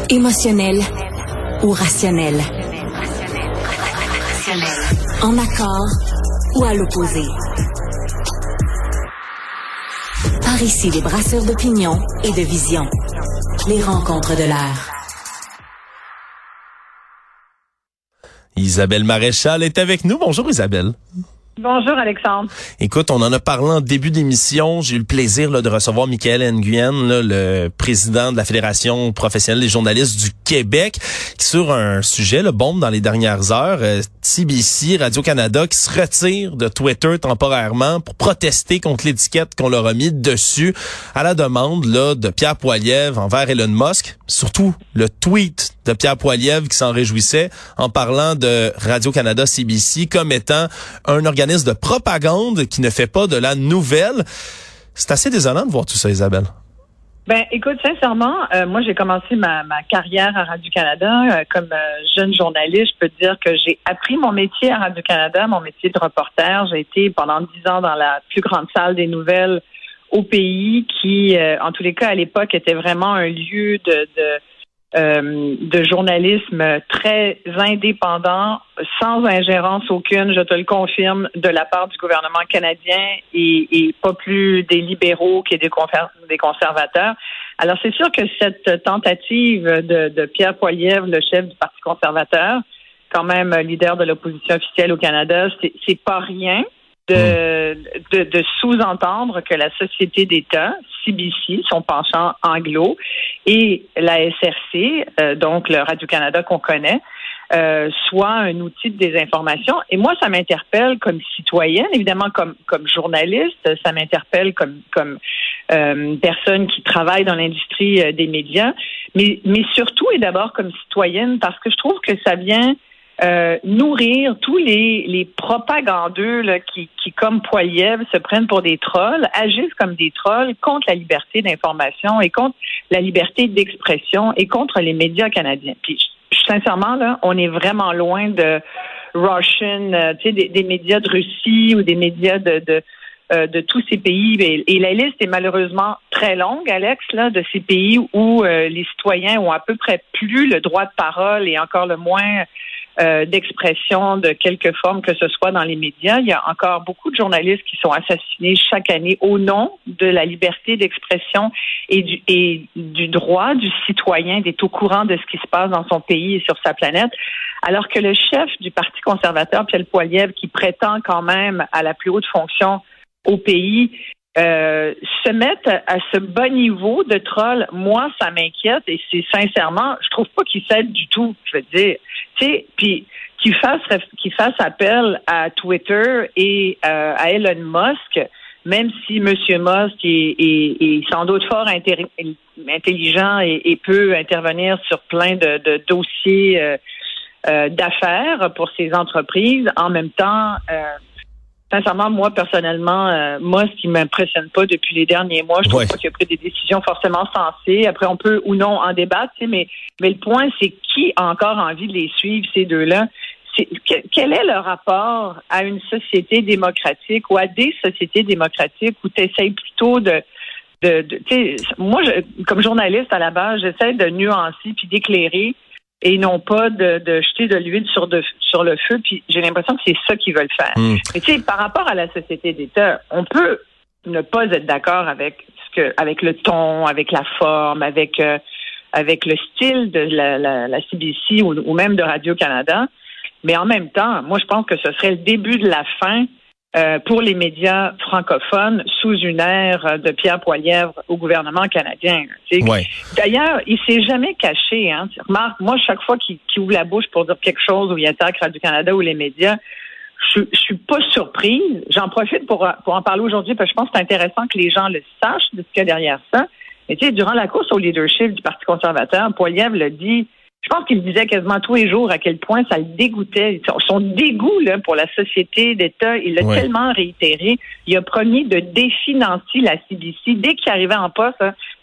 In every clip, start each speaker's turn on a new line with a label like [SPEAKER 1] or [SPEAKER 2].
[SPEAKER 1] Émotionnel ou rationnel? En accord ou à l'opposé? Par ici, les brasseurs d'opinion et de vision. Les rencontres de l'heure.
[SPEAKER 2] Isabelle Maréchal est avec nous. Bonjour Isabelle.
[SPEAKER 3] Bonjour Alexandre.
[SPEAKER 2] Écoute, on en a parlé en début d'émission. J'ai eu le plaisir de recevoir Michael Nguyen, le président de la Fédération professionnelle des journalistes du Québec, sur un sujet, le bombe dans les dernières heures. CBC, Radio-Canada, qui se retire de Twitter temporairement pour protester contre l'étiquette qu'on leur a mis dessus à la demande là de Pierre Poilievre envers Elon Musk. Surtout le tweet de Pierre Poilievre qui s'en réjouissait en parlant de Radio-Canada CBC comme étant un organisme de propagande qui ne fait pas de la nouvelle. C'est assez désolant de voir tout ça, Isabelle.
[SPEAKER 3] Ben, écoute, sincèrement, moi, j'ai commencé ma carrière à Radio-Canada comme jeune journaliste. Je peux te dire que j'ai appris mon métier à Radio-Canada, mon métier de reporter. J'ai été pendant 10 ans dans la plus grande salle des nouvelles au pays qui, en tous les cas, à l'époque, était vraiment un lieu de journalisme très indépendant, sans ingérence aucune, je te le confirme, de la part du gouvernement canadien et pas plus des libéraux que des conservateurs. Alors, c'est sûr que cette tentative de Pierre Poilievre, le chef du Parti conservateur, quand même leader de l'opposition officielle au Canada, c'est pas rien de sous-entendre que la société d'État, CBC, son penchant anglo, et la SRC, donc le Radio-Canada qu'on connaît, soit un outil de désinformation. Et moi, ça m'interpelle comme citoyenne, évidemment comme journaliste, ça m'interpelle comme personne qui travaille dans l'industrie des médias, mais surtout et d'abord comme citoyenne, parce que je trouve que ça vient nourrir tous les propagandeux là, qui, comme Poilievre, se prennent pour des trolls, agissent comme des trolls contre la liberté d'information et contre la liberté d'expression et contre les médias canadiens. Puis, sincèrement, là, on est vraiment loin de Russian, tu sais, des médias de Russie ou des médias de tous ces pays. Et la liste est malheureusement très longue, Alex, là, de ces pays où les citoyens ont à peu près plus le droit de parole et encore le moins d'expression de quelque forme que ce soit dans les médias. Il y a encore beaucoup de journalistes qui sont assassinés chaque année au nom de la liberté d'expression et du droit du citoyen d'être au courant de ce qui se passe dans son pays et sur sa planète. Alors que le chef du Parti conservateur, Pierre Poilievre, qui prétend quand même à la plus haute fonction au pays, se mettre à ce bas niveau de troll, moi, ça m'inquiète et c'est sincèrement, je trouve pas qu'il s'aide du tout, je veux dire. Tu sais, puis qu'il fasse appel à Twitter et à Elon Musk, même si M. Musk est sans doute fort intelligent et peut intervenir sur plein de dossiers d'affaires pour ses entreprises, en même temps, sincèrement, moi, personnellement, ce qui m'impressionne pas depuis les derniers mois, je trouve pas qu'il a pris des décisions forcément sensées. Après, on peut ou non en débattre, mais le point, c'est qui a encore envie de les suivre, ces deux-là? Quel est le rapport à une société démocratique ou à des sociétés démocratiques où tu essaies plutôt tu sais, moi, comme journaliste, à la base, j'essaie de nuancer puis d'éclairer et non pas de jeter de l'huile sur le feu, puis j'ai l'impression que c'est ça qu'ils veulent faire. Mais tu sais, par rapport à la société d'État, on peut ne pas être d'accord avec le ton, avec la forme, avec le style de la CBC ou même de Radio-Canada, mais en même temps, moi je pense que ce serait le début de la fin pour les médias francophones sous une ère de Pierre Poilievre au gouvernement canadien. Ouais. D'ailleurs, il s'est jamais caché. Hein. Remarque, moi, chaque fois qu'il ouvre la bouche pour dire quelque chose ou il attaque Radio-Canada ou les médias, je suis pas surprise. J'en profite pour en parler aujourd'hui parce que je pense que c'est intéressant que les gens le sachent de ce qu'il y a derrière ça. Mais tu sais, durant la course au leadership du Parti conservateur, Poilievre l'a dit. Je pense qu'il disait quasiment tous les jours à quel point ça le dégoûtait. Son dégoût là, pour la société d'État, il l'a tellement réitéré. Il a promis de définancer la CBC. Dès qu'il arrivait en poste,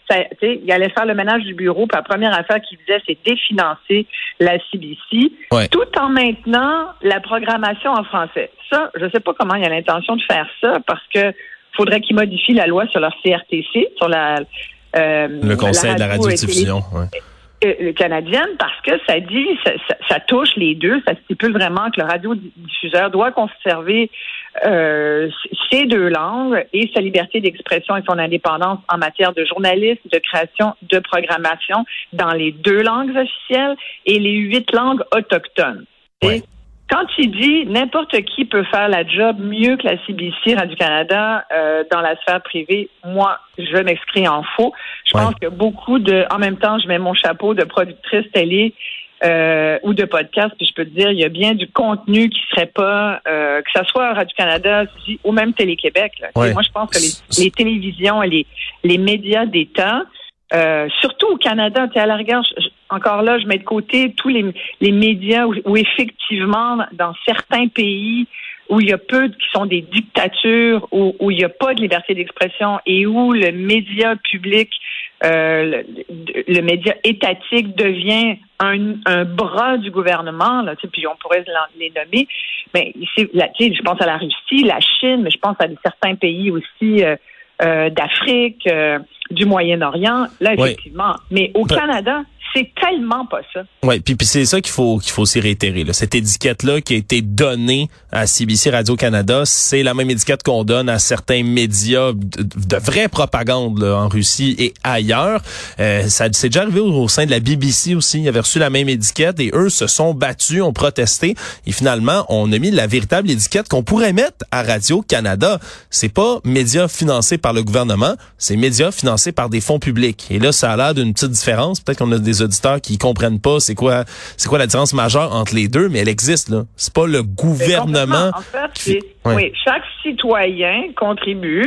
[SPEAKER 3] il allait faire le ménage du bureau, puis la première affaire qu'il faisait, c'est définancer la CBC, tout en maintenant la programmation en français. Ça, je ne sais pas comment il a l'intention de faire ça, parce que faudrait qu'il modifie la loi sur leur CRTC, sur le
[SPEAKER 2] Conseil de la radiodiffusion.
[SPEAKER 3] canadienne, parce que ça touche les deux. Ça stipule vraiment que le radiodiffuseur doit conserver ses deux langues et sa liberté d'expression et son indépendance en matière de journalisme, de création, de programmation dans les deux langues officielles et les 8 langues autochtones.
[SPEAKER 2] Ouais.
[SPEAKER 3] Quand il dit n'importe qui peut faire la job mieux que la CBC Radio-Canada dans la sphère privée, moi, je m'inscris en faux. Je pense que beaucoup en même temps, je mets mon chapeau de productrice télé ou de podcast, puis je peux te dire, il y a bien du contenu qui serait pas, que ça soit Radio-Canada ou même Télé-Québec. Moi, je pense que les télévisions et les médias d'État, surtout au Canada, tu sais, à la rigueur, encore là, je mets de côté tous les médias où effectivement, dans certains pays où il y a peu qui sont des dictatures, où il n'y a pas de liberté d'expression et où le média public, le média étatique devient un bras du gouvernement, là, tu sais, puis on pourrait les nommer. Mais je pense à la Russie, la Chine, mais je pense à certains pays aussi d'Afrique, du Moyen-Orient, là, effectivement. Mais au Canada, c'est tellement pas ça.
[SPEAKER 2] Oui, puis c'est ça qu'il faut aussi réitérer. Là. Cette étiquette-là qui a été donnée à CBC Radio-Canada, c'est la même étiquette qu'on donne à certains médias de vraie propagande là, en Russie et ailleurs. Ça c'est déjà arrivé au sein de la BBC aussi. Ils avaient reçu la même étiquette et eux se sont battus, ont protesté. Et finalement, on a mis la véritable étiquette qu'on pourrait mettre à Radio-Canada. C'est pas médias financés par le gouvernement, c'est médias financés par des fonds publics. Et là, ça a l'air d'une petite différence. Peut-être qu'on a des auditeurs qui comprennent pas c'est quoi la différence majeure entre les deux, mais elle existe là. C'est pas le gouvernement.
[SPEAKER 3] En fait, oui, chaque citoyen contribue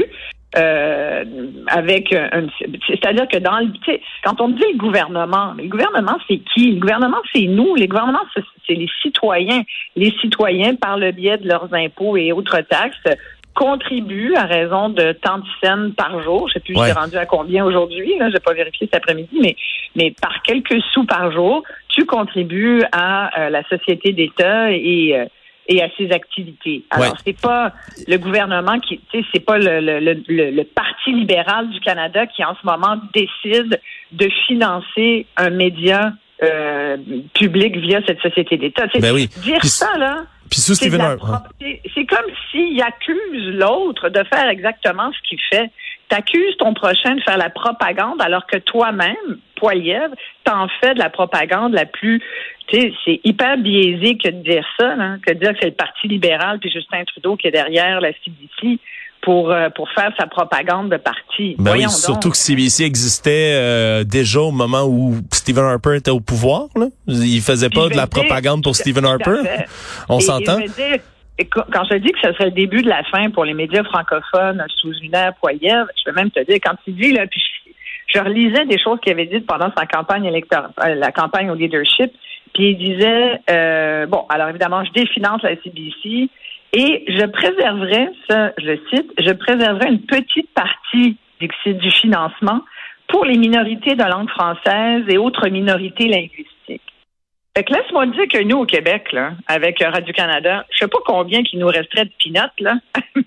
[SPEAKER 3] avec c'est-à-dire que quand on dit le gouvernement c'est qui? Le gouvernement c'est nous, les gouvernements c'est les citoyens. Les citoyens par le biais de leurs impôts et autres taxes contribue à raison de tant de cents par jour. Je sais plus, je suis rendu à combien aujourd'hui, là, j'ai pas vérifié cet après-midi, mais par quelques sous par jour, tu contribues à la société d'État et à ses activités. Alors, c'est pas le gouvernement qui, tu sais, c'est pas le Parti libéral du Canada qui, en ce moment, décide de financer un média public via cette société d'État. Dire ça, là,
[SPEAKER 2] puis sous Stephen Harper.
[SPEAKER 3] C'est comme s'il accuse l'autre de faire exactement ce qu'il fait. T'accuses ton prochain de faire la propagande alors que toi-même, Poilievre, t'en fais de la propagande la plus... Tu sais, c'est hyper biaisé que de dire ça, hein, que de dire que c'est le Parti libéral puis Justin Trudeau qui est derrière la CBC pour faire sa propagande de parti.
[SPEAKER 2] Oui, surtout que CBC existait déjà au moment où Stephen Harper était au pouvoir. Là. Il faisait pas de la propagande pour Stephen Harper. On s'entend?
[SPEAKER 3] Quand je dis que ce serait le début de la fin pour les médias francophones sous une ère Poilievre, je peux même te dire, quand il dit, là, puis je relisais des choses qu'il avait dites pendant sa campagne électorale, la campagne au leadership, puis il disait, alors évidemment, je définance la CBC, et je préserverai, ça, je le cite, je préserverai une petite partie du financement pour les minorités de langue française et autres minorités linguistiques. Fait que laisse-moi dire que nous, au Québec, là, avec Radio-Canada, je sais pas combien qu'il nous resterait de peanuts, là,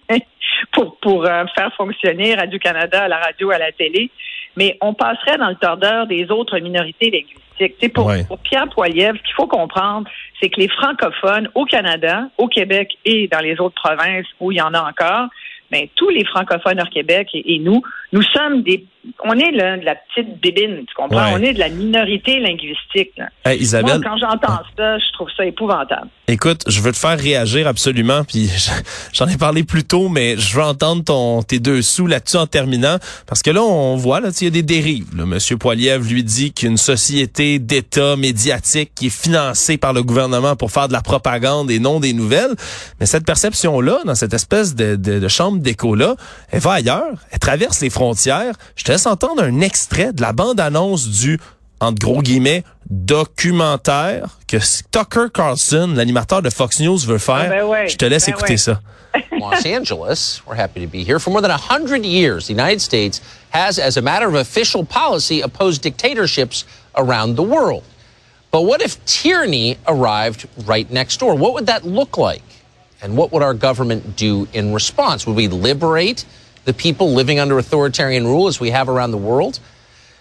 [SPEAKER 3] pour faire fonctionner Radio-Canada à la radio, à la télé, mais on passerait dans le tordeur des autres minorités linguistiques. Pour Pierre Poilievre, ce qu'il faut comprendre, c'est que les francophones au Canada, au Québec et dans les autres provinces où il y en a encore, tous les francophones hors Québec et nous sommes on est là, de la petite bébine, tu comprends? On est de la minorité linguistique. Là.
[SPEAKER 2] Hey, Isabelle,
[SPEAKER 3] moi, quand j'entends ça, je trouve ça épouvantable.
[SPEAKER 2] Écoute, je veux te faire réagir absolument, puis j'en ai parlé plus tôt, mais je veux entendre tes deux sous là-dessus en terminant, parce que là, on voit, là, il y a des dérives. Là. Monsieur Poilievre lui dit qu'une société d'État médiatique qui est financée par le gouvernement pour faire de la propagande et non des nouvelles, mais cette perception-là, dans cette espèce de chambre d'écho-là, elle va ailleurs, elle traverse les frontières. Je te laisse entendre un extrait de la bande-annonce du, entre gros guillemets, documentaire que Tucker Carlson, l'animateur de Fox News, veut faire. Je te laisse écouter ça.
[SPEAKER 4] Los Angeles, we're happy to be here. For more than 100 years, the United States has, as a matter of official policy, opposed dictatorships around the world. But what if tyranny arrived right next door? What would that look like? And what would our government do in response? Would we liberate the people living under authoritarian rule as we have around the world?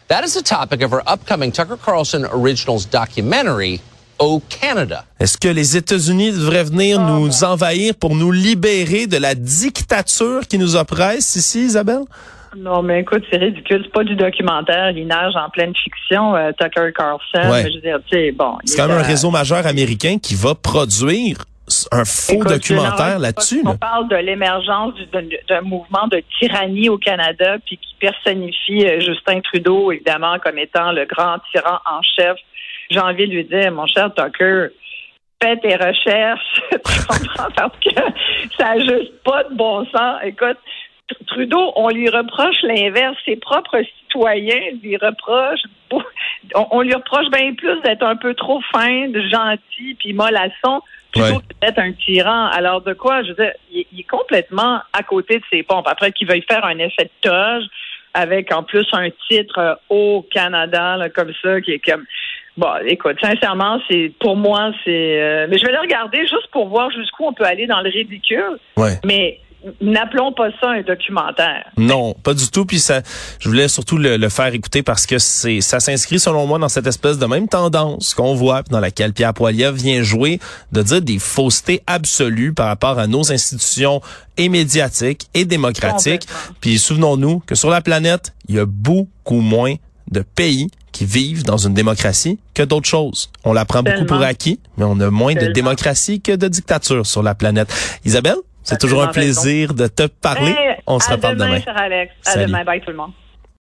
[SPEAKER 4] That is the topic of our upcoming Tucker Carlson Originals documentary, Oh Canada.
[SPEAKER 2] Est-ce que les États-Unis devraient venir nous envahir pour nous libérer de la dictature qui nous oppresse ici, Isabelle?
[SPEAKER 3] Non, mais écoute, c'est ridicule. C'est pas du documentaire. Il nage en pleine fiction, Tucker Carlson.
[SPEAKER 2] Ouais.
[SPEAKER 3] Je veux dire, tu sais, bon.
[SPEAKER 2] C'est quand même un réseau majeur américain qui va produire un faux documentaire là-dessus.
[SPEAKER 3] On parle de l'émergence d'un mouvement de tyrannie au Canada, puis qui personnifie Justin Trudeau, évidemment, comme étant le grand tyran en chef. J'ai envie de lui dire, mon cher Tucker, fais tes recherches, tu comprends, parce que ça n'a juste pas de bon sens. Écoute, Trudeau, on lui reproche l'inverse. Ses propres citoyens lui reprochent, on lui reproche bien plus d'être un peu trop fin, de gentil, puis mollasson, plutôt que d'être un tyran. Alors de quoi, je veux dire, il est complètement à côté de ses pompes. Après qu'il veuille faire un effet de toge, avec en plus un titre au Canada, là, comme ça, qui est comme... Bon, écoute, sincèrement, pour moi, mais je vais le regarder juste pour voir jusqu'où on peut aller dans le ridicule.
[SPEAKER 2] Ouais.
[SPEAKER 3] Mais n'appelons pas ça un documentaire.
[SPEAKER 2] Non, pas du tout. Puis ça, je voulais surtout le faire écouter parce que ça s'inscrit selon moi dans cette espèce de même tendance qu'on voit dans laquelle Pierre Poilievre vient jouer, de dire des faussetés absolues par rapport à nos institutions et médiatiques et démocratiques. Puis souvenons-nous que sur la planète, il y a beaucoup moins de pays qui vivent dans une démocratie que d'autres choses. On la prend beaucoup pour acquis, mais on a moins de démocratie que de dictature sur la planète. Isabelle? C'est toujours un plaisir de te parler. On se reparle demain.
[SPEAKER 3] Cher Alex. À demain. Bye tout le monde.